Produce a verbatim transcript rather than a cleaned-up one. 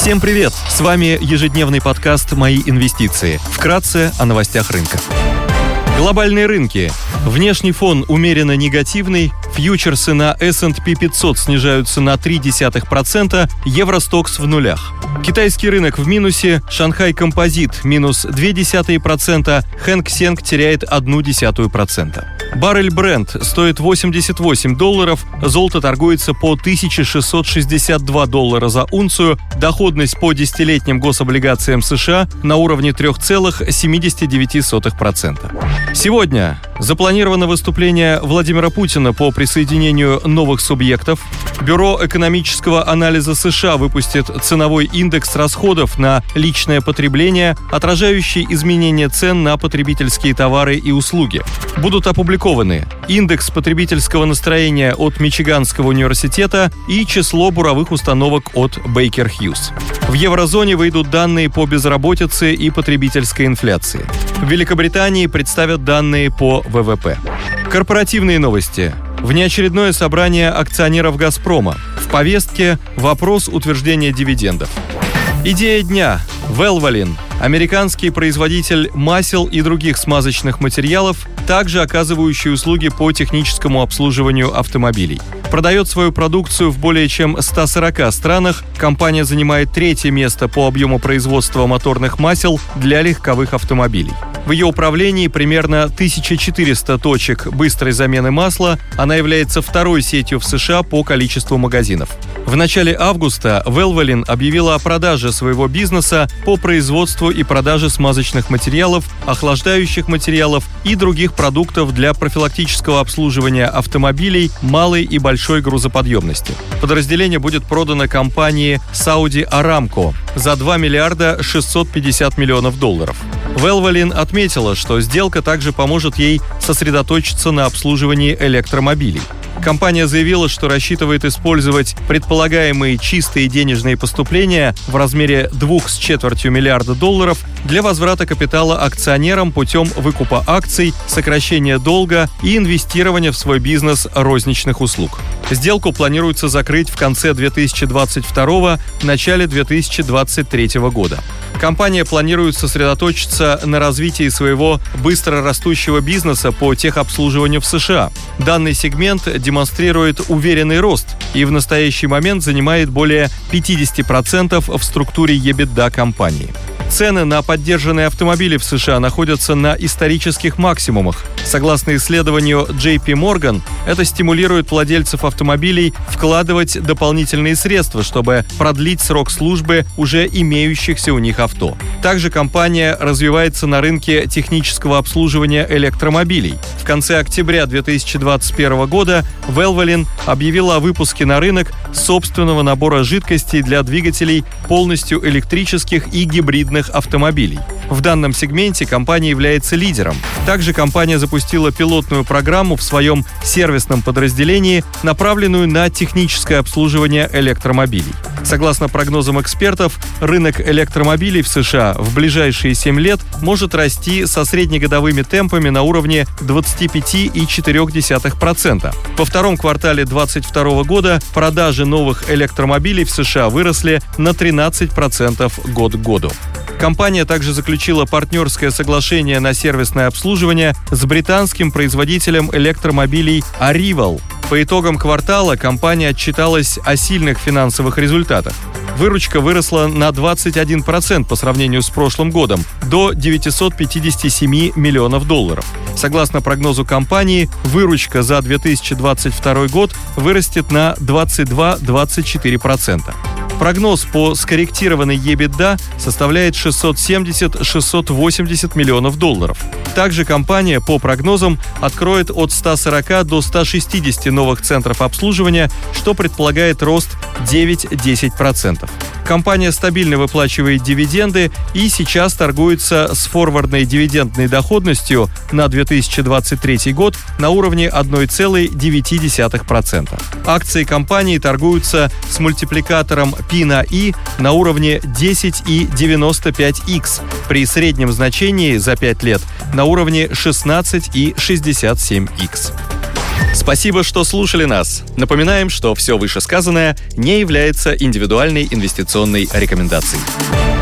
Всем привет! С вами ежедневный подкаст «Мои инвестиции». Вкратце о новостях рынка. Глобальные рынки. Внешний фон умеренно негативный. Фьючерсы на эс энд пи пятьсот снижаются на ноль целых три десятых процента, Евростокс в нулях. Китайский рынок в минусе, Шанхай Композит минус ноль целых две десятых процента, Хэнк Сенг теряет ноль целых одну десятую процента. Баррель Брент стоит восемьдесят восемь долларов, золото торгуется по тысяча шестьсот шестьдесят два доллара за унцию, доходность по десятилетним гособлигациям США на уровне три целых семьдесят девять сотых процента. Сегодня запланировано выступление Владимира Путина по присоединению новых субъектов. Бюро экономического анализа США выпустит ценовой индекс расходов на личное потребление, отражающий изменения цен на потребительские товары и услуги. Будут опубликованы индекс потребительского настроения от Мичиганского университета и число буровых установок от Baker Hughes. В еврозоне выйдут данные по безработице и потребительской инфляции. В Великобритании представят данные по вэ вэ пэ. Корпоративные новости. Внеочередное собрание акционеров «Газпрома». В повестке вопрос утверждения дивидендов. Идея дня. Valvoline, американский производитель масел и других смазочных материалов, также оказывающий услуги по техническому обслуживанию автомобилей. Продает свою продукцию в более чем ста сорока странах. Компания занимает третье место по объему производства моторных масел для легковых автомобилей. В ее управлении примерно тысяча четыреста точек быстрой замены масла. Она является второй сетью в США по количеству магазинов. В начале августа Valvoline объявила о продаже своего бизнеса по производству и продаже смазочных материалов, охлаждающих материалов и других продуктов для профилактического обслуживания автомобилей малой и большой грузоподъемности. Подразделение будет продано компании Saudi Aramco за два миллиарда шестьсот пятьдесят миллионов долларов. Valvoline отметила, что сделка также поможет ей сосредоточиться на обслуживании электромобилей. Компания заявила, что рассчитывает использовать предполагаемые чистые денежные поступления в размере двух с четвертью миллиарда долларов для возврата капитала акционерам путем выкупа акций, сокращения долга и инвестирования в свой бизнес розничных услуг. Сделку планируется закрыть в конце две тысячи двадцать второго – начале две тысячи двадцать третьего года. Компания планирует сосредоточиться на развитии своего быстро растущего бизнеса по техобслуживанию в США. Данный сегмент демонстрирует уверенный рост и в настоящий момент занимает более пятьдесят процентов в структуре EBITDA компании. Цены на поддержанные автомобили в США находятся на исторических максимумах. Согласно исследованию джей пи Morgan, это стимулирует владельцев автомобилей вкладывать дополнительные средства, чтобы продлить срок службы уже имеющихся у них авто. Также компания развивается на рынке технического обслуживания электромобилей. В конце октября две тысячи двадцать первого года Valvoline объявила о выпуске на рынок собственного набора жидкостей для двигателей полностью электрических и гибридных автомобилей. В данном сегменте компания является лидером. Также компания запустила пилотную программу в своем сервисном подразделении, направленную на техническое обслуживание электромобилей. Согласно прогнозам экспертов, рынок электромобилей в США в ближайшие семь лет может расти со среднегодовыми темпами на уровне двадцать пять целых четыре десятых процента. Во втором квартале две тысячи двадцать второго года продажи новых электромобилей в США выросли на тринадцать процентов год к году. Компания также заключила партнерское соглашение на сервисное обслуживание с британским производителем электромобилей Arrival. По итогам квартала компания отчиталась о сильных финансовых результатах. Выручка выросла на двадцать один процент по сравнению с прошлым годом, до девятьсот пятьдесят семь миллионов долларов. Согласно прогнозу компании, выручка за две тысячи двадцать второй год вырастет на двадцать два - двадцать четыре процента. Прогноз по скорректированной EBITDA составляет шестьсот семьдесят - шестьсот восемьдесят миллионов долларов. Также компания, по прогнозам, откроет от ста сорока до ста шестидесяти новых центров обслуживания, что предполагает рост девять - десять процентов. Компания стабильно выплачивает дивиденды и сейчас торгуется с форвардной дивидендной доходностью на две тысячи двадцать третий год на уровне одна целая девять десятых процента. Акции компании торгуются с мультипликатором пи на и на уровне десять целых девяносто пять икс при среднем значении за пять лет на уровне шестнадцать целых шестьдесят семь икс. Спасибо, что слушали нас. Напоминаем, что все вышесказанное не является индивидуальной инвестиционной рекомендацией.